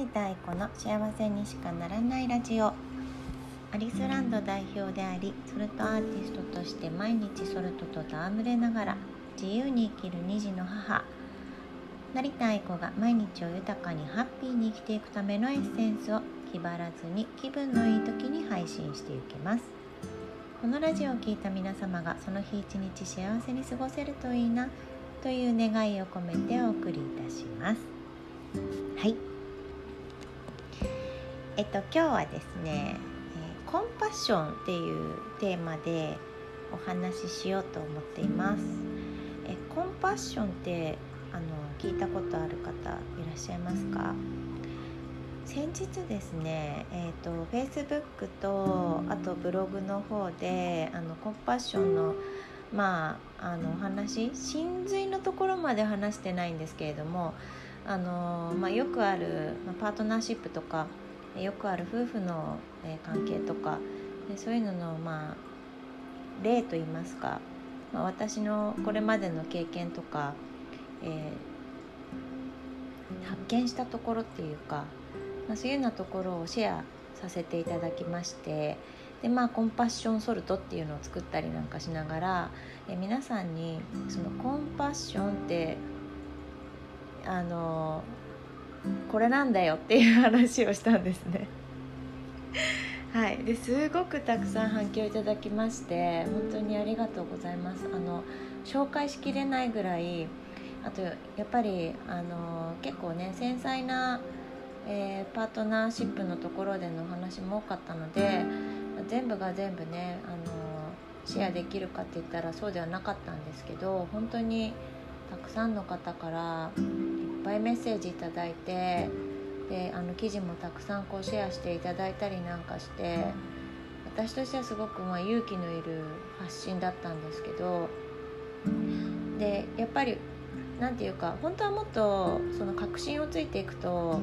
田愛子の幸せにしかならないラジオ。アリスランド代表であり、ソルトアーティストとして毎日ソルトと戯れながら自由に生きる2児の母、成田愛子が毎日を豊かにハッピーに生きていくためのエッセンスを気張らずに気分のいい時に配信していきます。このラジオを聞いた皆様がその日一日幸せに過ごせるといいなという願いを込めてお送りいたします。はい、今日はですね、コンパッションっていうテーマでお話ししようと思っています。コンパッションって聞いたことある方いらっしゃいますか？先日ですね、Facebook とあとブログの方でコンパッションのお話、真髄のところまで話してないんですけれども、よくある、パートナーシップとかよくある夫婦の、関係とかそういうのの、例といいますか、私のこれまでの経験とか、発見したところっていうか、そういうようなところをシェアさせていただきまして、でコンパッションソルトっていうのを作ったりなんかしながら、皆さんにそのコンパッションってこれなんだよっていう話をしたんですねはい、ですごくたくさん反響いただきまして、本当にありがとうございます。紹介しきれないぐらい、あとやっぱり結構ね繊細な、パートナーシップのところでのお話も多かったので、全部が全部ねシェアできるかって言ったらそうではなかったんですけど、本当にたくさんの方からいっぱいメッセージいただいて、で記事もたくさんシェアしていただいたりなんかして、私としてはすごく勇気のいる発信だったんですけど、でやっぱりなんていうか、本当はもっとその確信をついていくと、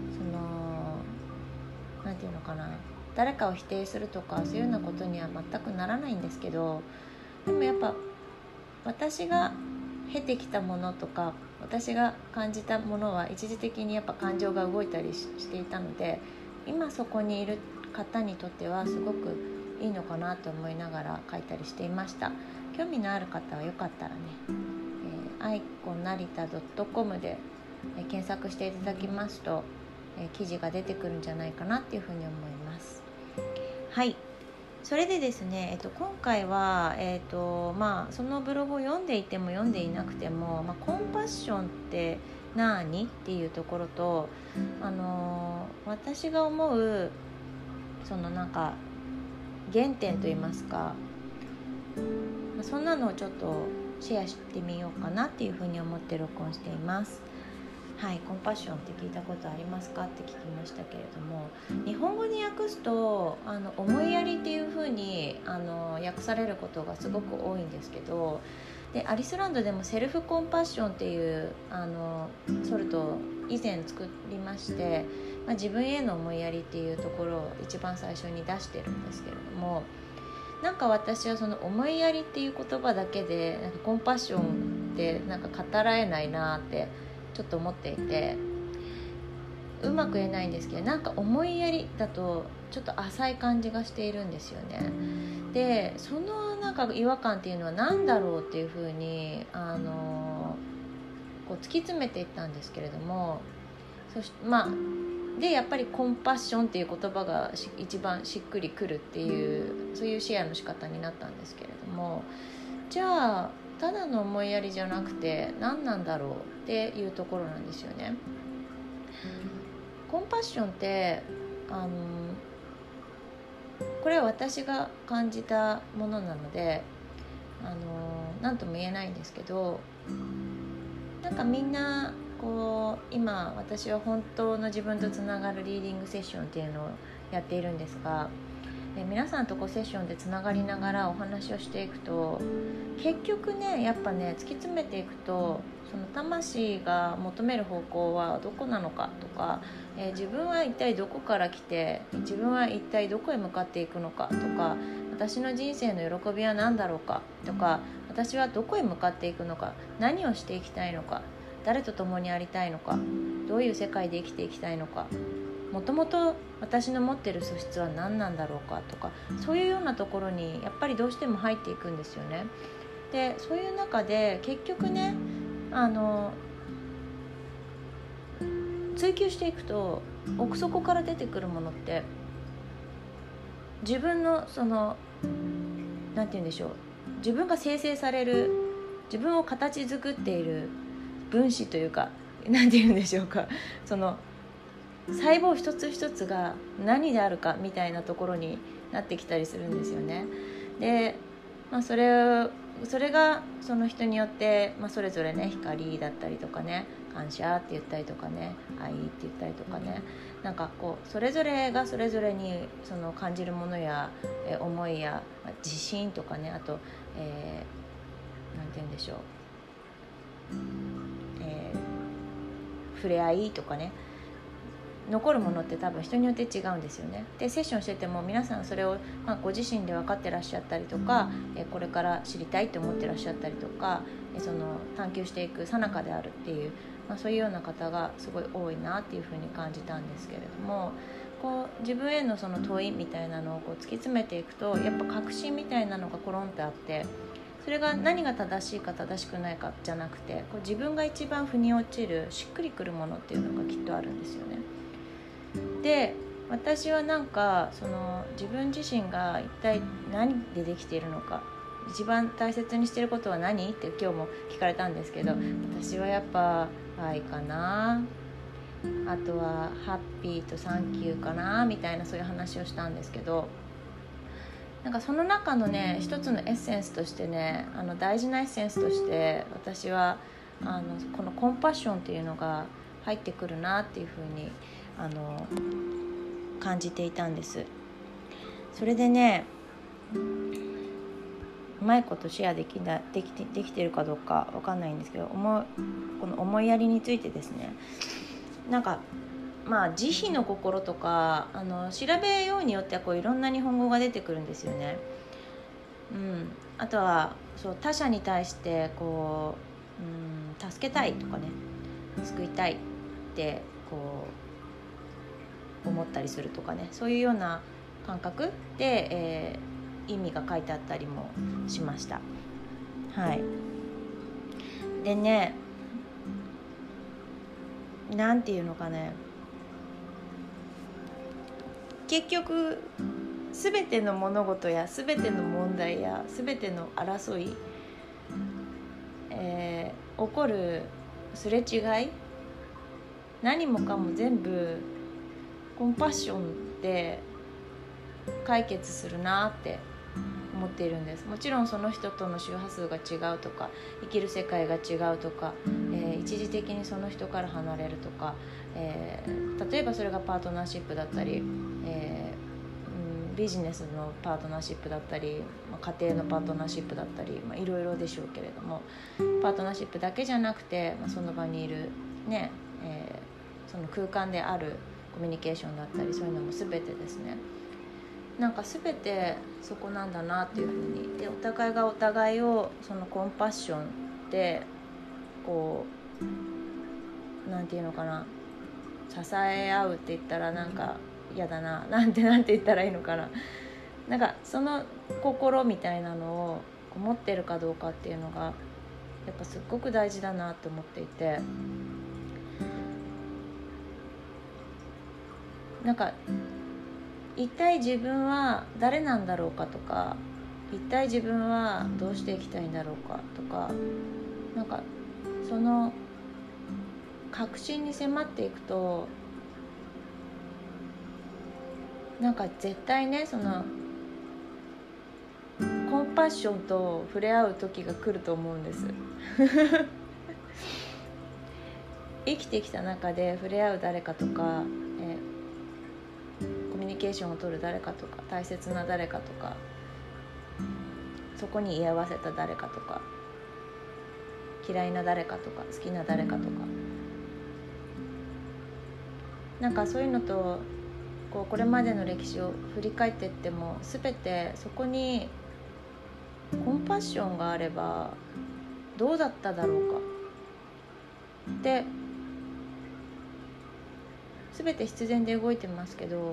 なんていうのかな、誰かを否定するとかそういうようなことには全くならないんですけど、でもやっぱ私が経てきたものとか私が感じたものは一時的にやっぱ感情が動いたりしていたので、今そこにいる方にとってはすごくいいのかなと思いながら書いたりしていました。興味のある方はよかったらね、愛子成田 .com で検索していただきますと、記事が出てくるんじゃないかなっていうふうに思います。はい、それでですね、今回は、そのブログを読んでいても読んでいなくても、コンパッションって何っていうところと、私が思うその原点といいますか、そんなのをちょっとシェアしてみようかなっていうふうに思って録音しています。はい、コンパッションって聞いたことありますかって聞きましたけれども、日本語に訳すと思いやりっていう風に訳されることがすごく多いんですけど、でアリスランドでもセルフコンパッションっていうソルトを以前作りまして、自分への思いやりっていうところを一番最初に出してるんですけれども、私はその思いやりっていう言葉だけでコンパッションって語られないなってちょっと思っていて、うまく言えないんですけど、思いやりだとちょっと浅い感じがしているんですよね。でその違和感っていうのは何だろうっていうふうに突き詰めていったんですけれども、でやっぱりコンパッションっていう言葉が一番しっくりくるっていう、そういうシェアの仕方になったんですけれども、じゃあただの思いやりじゃなくて何なんだろうっていうところなんですよね。コンパッションってこれは私が感じたものなので何とも言えないんですけど、みんな今私は本当の自分とつながるリーディングセッションっていうのをやっているんですが、皆さんとセッションでつながりながらお話をしていくと、結局ねやっぱね突き詰めていくと、その魂が求める方向はどこなのかとか、自分は一体どこから来て自分は一体どこへ向かっていくのかとか、私の人生の喜びは何だろうかとか、私はどこへ向かっていくのか、何をしていきたいのか、誰と共にありたいのか、 どういう世界で生きていきたいのか、もともと私の持っている素質は何なんだろうかとか、そういうようなところにやっぱりどうしても入っていくんですよね。でそういう中で結局ね、追求していくと奥底から出てくるものって自分のなんて言うんでしょう、自分が生成される、自分を形作っている分子というか、なんて言うんでしょうか、その細胞一つ一つが何であるかみたいなところになってきたりするんですよね。で、それがその人によって、それぞれね、光だったりとかね、感謝って言ったりとかね、愛って言ったりとかね、なんかこうそれぞれがそれぞれにその感じるものや、思いや、自信とかね、あと、なんて言うんでしょう、触れ合いとかね、残るものって多分人によって違うんですよね。でセッションしてても皆さんそれを、ご自身で分かってらっしゃったりとか、これから知りたいと思ってらっしゃったりとか、その探求していく最中であるっていう、そういうような方がすごい多いなっていうふうに感じたんですけれども、こう自分へのその問いみたいなのをこう突き詰めていくと、やっぱ確信みたいなのがコロンってあって、それが何が正しいか正しくないかじゃなくて、こう自分が一番腑に落ちるしっくりくるものっていうのがきっとあるんですよね。で私はなんかその自分自身が一体何でできているのか、一番大切にしていることは何って今日も聞かれたんですけど、私はやっぱ愛かな、あとはハッピーとサンキューかなみたいな、そういう話をしたんですけど、なんかその中のね、一つのエッセンスとしてね、大事なエッセンスとして私はこのコンパッションっていうのが入ってくるなっていうふうに感じていたんです。それでね、うまいことシェアできてるかどうかわかんないんですけど、この思いやりについてですね、なんか慈悲の心とか調べようによってはこういろんな日本語が出てくるんですよね。あとは他者に対してこう、助けたいとかね、救いたいってこう思ったりするとかね、そういうような感覚で、意味が書いてあったりもしました。はい。でね、なんていうのかね、結局全ての物事や全ての問題や全ての争い、起こるすれ違い、何もかも全部コンパッションで解決するなって思っているんです。もちろんその人との周波数が違うとか、生きる世界が違うとか、一時的にその人から離れるとか、例えばそれがパートナーシップだったり、ビジネスのパートナーシップだったり、家庭のパートナーシップだったり、いろいろでしょうけれども、パートナーシップだけじゃなくて、その場にいるね、その空間であるコミュニケーションだったり、そういうのも全てですね、なんか全てそこなんだなっていうふうに。でお互いがお互いをそのコンパッションでこう、なんていうのかな、支え合うって言ったらなんか嫌だな、なんて言ったらいいのかな、なんかその心みたいなのを持ってるかどうかっていうのがやっぱすっごく大事だなと思っていて、なんか一体自分は誰なんだろうかとか、一体自分はどうしていきたいんだろうかとか、なんかその確信に迫っていくと、なんか絶対ね、そのコンパッションと触れ合う時が来ると思うんです生きてきた中で触れ合う誰かとか、コミュニケーションを取る誰かとか、大切な誰かとか、そこに居合わせた誰かとか、嫌いな誰かとか好きな誰かとか、なんかそういうのとこれまでの歴史を振り返っていっても、全てそこにコンパッションがあればどうだっただろうかって全て必然で動いてますけど、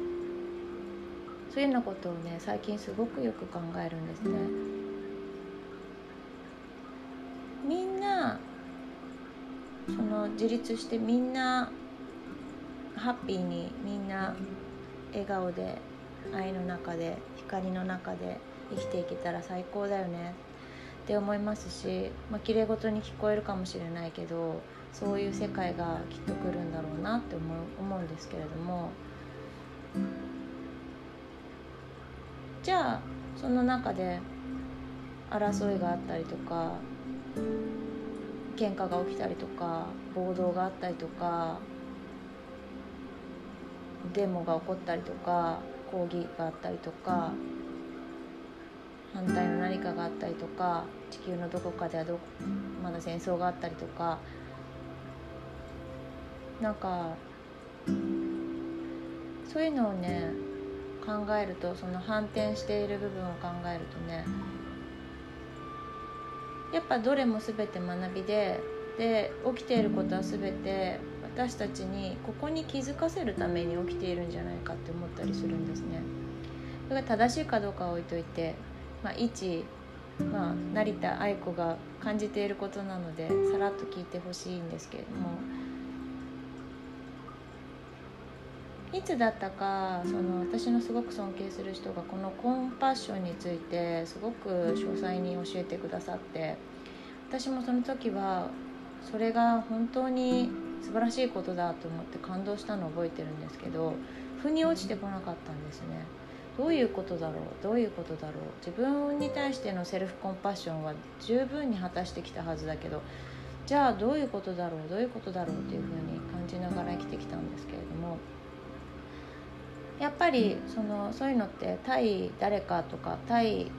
そういうようなことをね最近すごくよく考えるんですね。みんなその自立して、みんなハッピーに、みんな笑顔で愛の中で光の中で生きていけたら最高だよねって思いますし、綺麗事に聞こえるかもしれないけど、そういう世界がきっと来るんだろうなって思うんですけれども、じゃあその中で争いがあったりとか、喧嘩が起きたりとか、暴動があったりとか、デモが起こったりとか、抗議があったりとか、反対の何かがあったりとか、地球のどこかではまだ戦争があったりとか、なんかそういうのをね考えると、その反転している部分を考えるとね、やっぱどれも全て学びで起きていることは全て私たちにここに気づかせるために起きているんじゃないかって思ったりするんですね。それが正しいかどうかは置いといて、一成田愛子が感じていることなのでさらっと聞いてほしいんですけれども、いつだったか私のすごく尊敬する人がこのコンパッションについてすごく詳細に教えてくださって、私もその時はそれが本当に素晴らしいことだと思って感動したのを覚えてるんですけど、腑に落ちてこなかったんですね。どういうことだろう、自分に対してのセルフコンパッションは十分に果たしてきたはずだけど、じゃあどういうことだろうっていうふうに感じながら生きてきたんですけれども、やっぱりそういうのって対誰かとか、対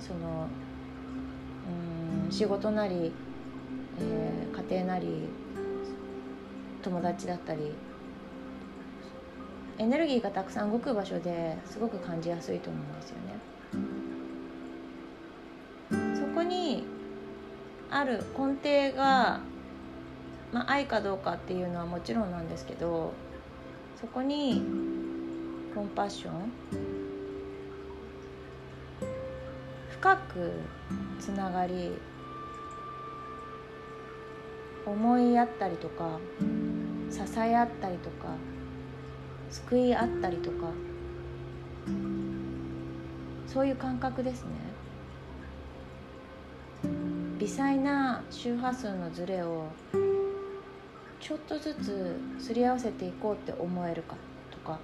仕事なり、家庭なり友達だったり、エネルギーがたくさん動く場所ですごく感じやすいと思うんですよね。そこにある根底が、愛かどうかっていうのはもちろんなんですけど、そこにコンパッション、深くつながり、思い合ったりとか、支え合ったりとか、救い合ったりとか、そういう感覚ですね。微細な周波数のズレをちょっとずつすり合わせていこうって思えるかとか、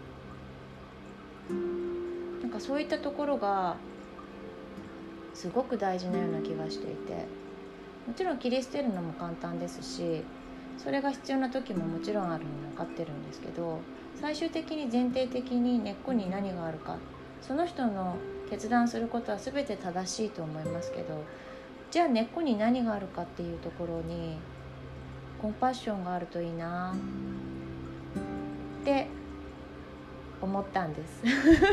なんかそういったところがすごく大事なような気がしていて、もちろん切り捨てるのも簡単ですし、それが必要な時ももちろんあるの分かってるんですけど、最終的に前提的に根っこに何があるか、その人の決断することは全て正しいと思いますけど、じゃあ根っこに何があるかっていうところにコンパッションがあるといいなって思ったんです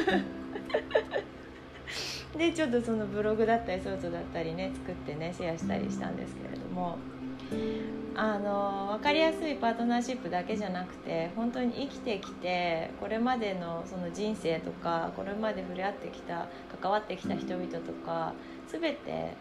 でちょっとそのブログだったりソートだったりね作ってねシェアしたりしたんですけれども、分かりやすいパートナーシップだけじゃなくて、本当に生きてきてこれまでのその人生とか、これまで触れ合ってきた関わってきた人々とか、全て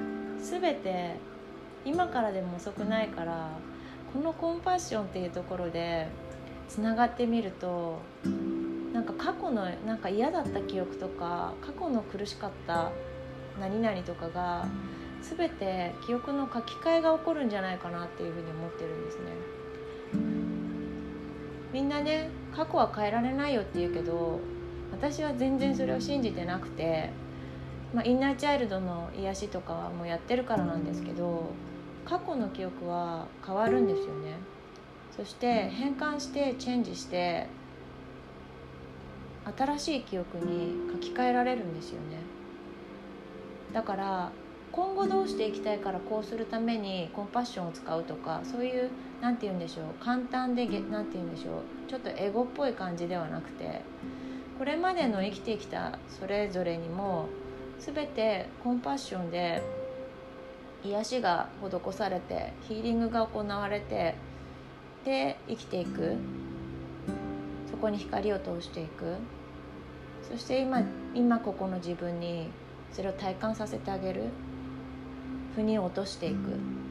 今からでも遅くないから、このコンパッションっていうところでつながってみると、なんか過去のなんか嫌だった記憶とか、過去の苦しかった何々とかが全て記憶の書き換えが起こるんじゃないかなっていうふうに思ってるんですね。みんなね、過去は変えられないよって言うけど、私は全然それを信じてなくて、インナーチャイルドの癒しとかはもうやってるからなんですけど、過去の記憶は変わるんですよね。そして変換してチェンジして新しい記憶に書き換えられるんですよね。だから今後どうしていきたいからこうするためにコンパッションを使うとか、そういうなんて言うんでしょう、簡単でなんて言うんでしょう、ちょっとエゴっぽい感じではなくて、これまでの生きてきたそれぞれにも全てコンパッションで癒しが施されて、ヒーリングが行われて、で生きていく。 こに光を通していく。そして今ここの自分にそれを体感させてあげる。腑に落としていく。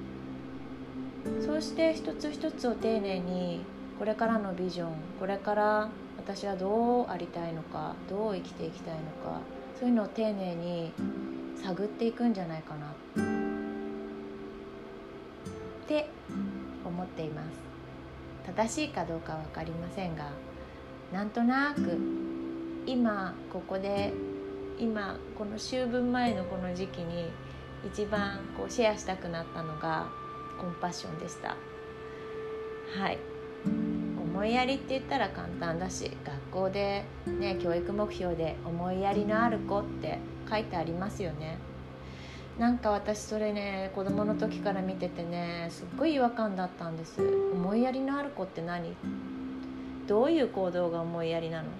そうして一つ一つを丁寧に、これからのビジョン、これから私はどうありたいのか、どう生きていきたいのか、そういうのを丁寧に探っていくんじゃないかなって思っています。正しいかどうかは分かりませんが、なんとなく今ここで、今この秋分前のこの時期に一番シェアしたくなったのがコンパッションでした。はい、思いやりって言ったら簡単だし、学校でね、教育目標で思いやりのある子って書いてありますよね。なんか私それね、子供の時から見ててね、すっごい違和感だったんです。思いやりのある子って何？どういう行動が思いやりなの？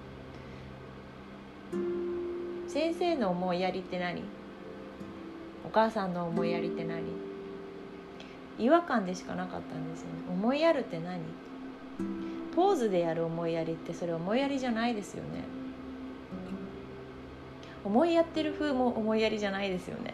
先生の思いやりって何？お母さんの思いやりって何？違和感でしかなかったんですよね。思いやるって何？ポーズでやる思いやりってそれ思いやりじゃないですよね。思いやってる風も思いやりじゃないですよね。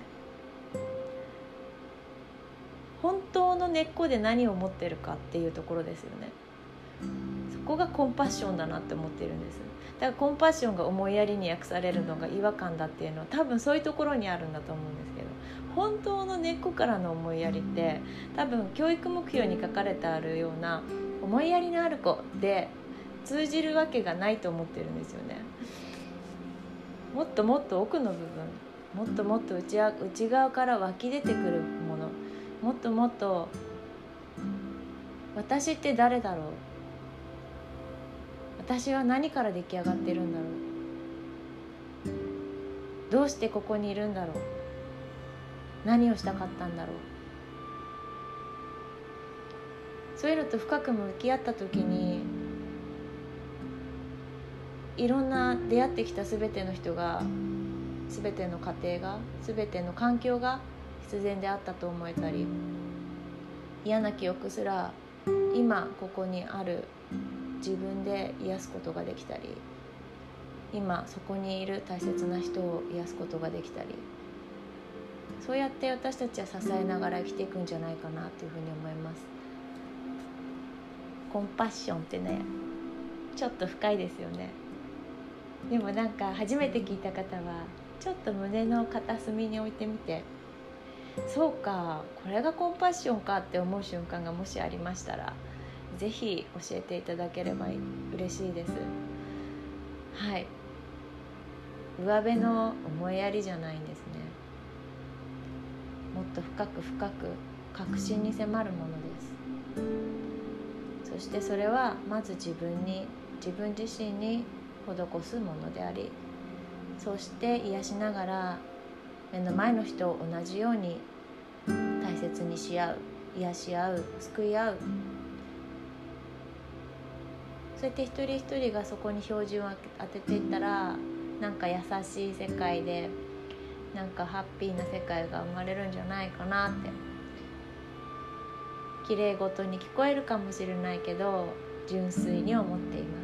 本当の根っこで何を持ってるかっていうところですよね。そこがコンパッションだなって思ってるんです。だからコンパッションが思いやりに訳されるのが違和感だっていうのは多分そういうところにあるんだと思うんですけど、本当の根っこからの思いやりって多分教育目標に書かれてあるような思いやりのある子で通じるわけがないと思ってるんですよね。もっともっと奥の部分、もっともっと内側から湧き出てくるもの、もっともっと私って誰だろう、私は何から出来上がってるんだろう、どうしてここにいるんだろう、何をしたかったんだろう。そういうのと深く向き合った時に、いろんな出会ってきた全ての人が、全ての家庭が、全ての環境が必然であったと思えたり、嫌な記憶すら今ここにある自分で癒すことができたり、今そこにいる大切な人を癒すことができたり、そうやって私たちは支えながら生きていくんじゃないかなというふうに思います。コンパッションってね、ちょっと深いですよね。でもなんか初めて聞いた方はちょっと胸の片隅に置いてみて、そうか、これがコンパッションかって思う瞬間がもしありましたら、ぜひ教えていただければ嬉しいです。はい、上辺の思いやりじゃないんですね。もっと深く深く確信に迫るものです。そしてそれはまず自分自身に施すものであり、そして癒しながら目の前の人を同じように大切にし合う、癒し合う、救い合う。そうやって一人一人がそこに標準を当てていったら、なんか優しい世界で、なんかハッピーな世界が生まれるんじゃないかなって。綺麗事に聞こえるかもしれないけど、純粋に思っています。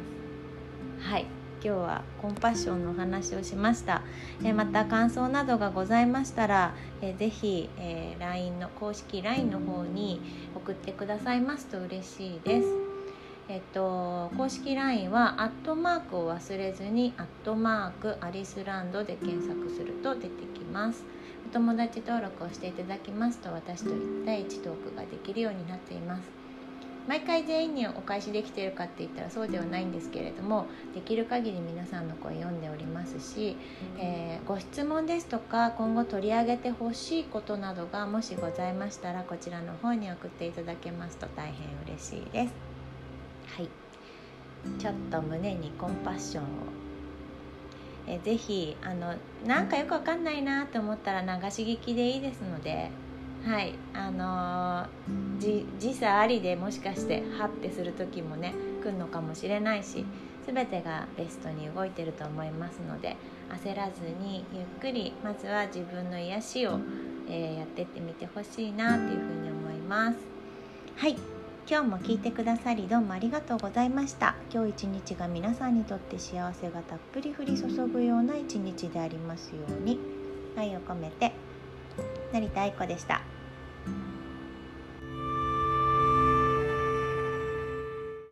はい、今日はコンパッションのお話をしました。また感想などがございましたら、ぜひ、LINE の公式 LINE の方に送ってくださいますと嬉しいです。公式 LINE はアットマークを忘れずにアットマークアリスランドで検索すると出てきます。お友達登録をしていただきますと、私と1対1トークができるようになっています。毎回全員にお返しできているかって言ったらそうではないんですけれども、できる限り皆さんの声読んでおりますし、ご質問ですとか今後取り上げてほしいことなどがもしございましたら、こちらの方に送っていただけますと大変嬉しいです。はい、ちょっと胸にコンパッションを、ぜひなんかよくわかんないなと思ったら流し聞きでいいですので、はい、時差ありでもしかしてハッてする時もね来るのかもしれないし、全てがベストに動いてると思いますので、焦らずにゆっくりまずは自分の癒しを、やってってみてほしいなというふうに思います。はい、 今日も聞いてくださりどうもありがとうございました。今日一日が皆さんにとって幸せがたっぷり降り注ぐような一日でありますように。愛を込めて、成田愛子でした。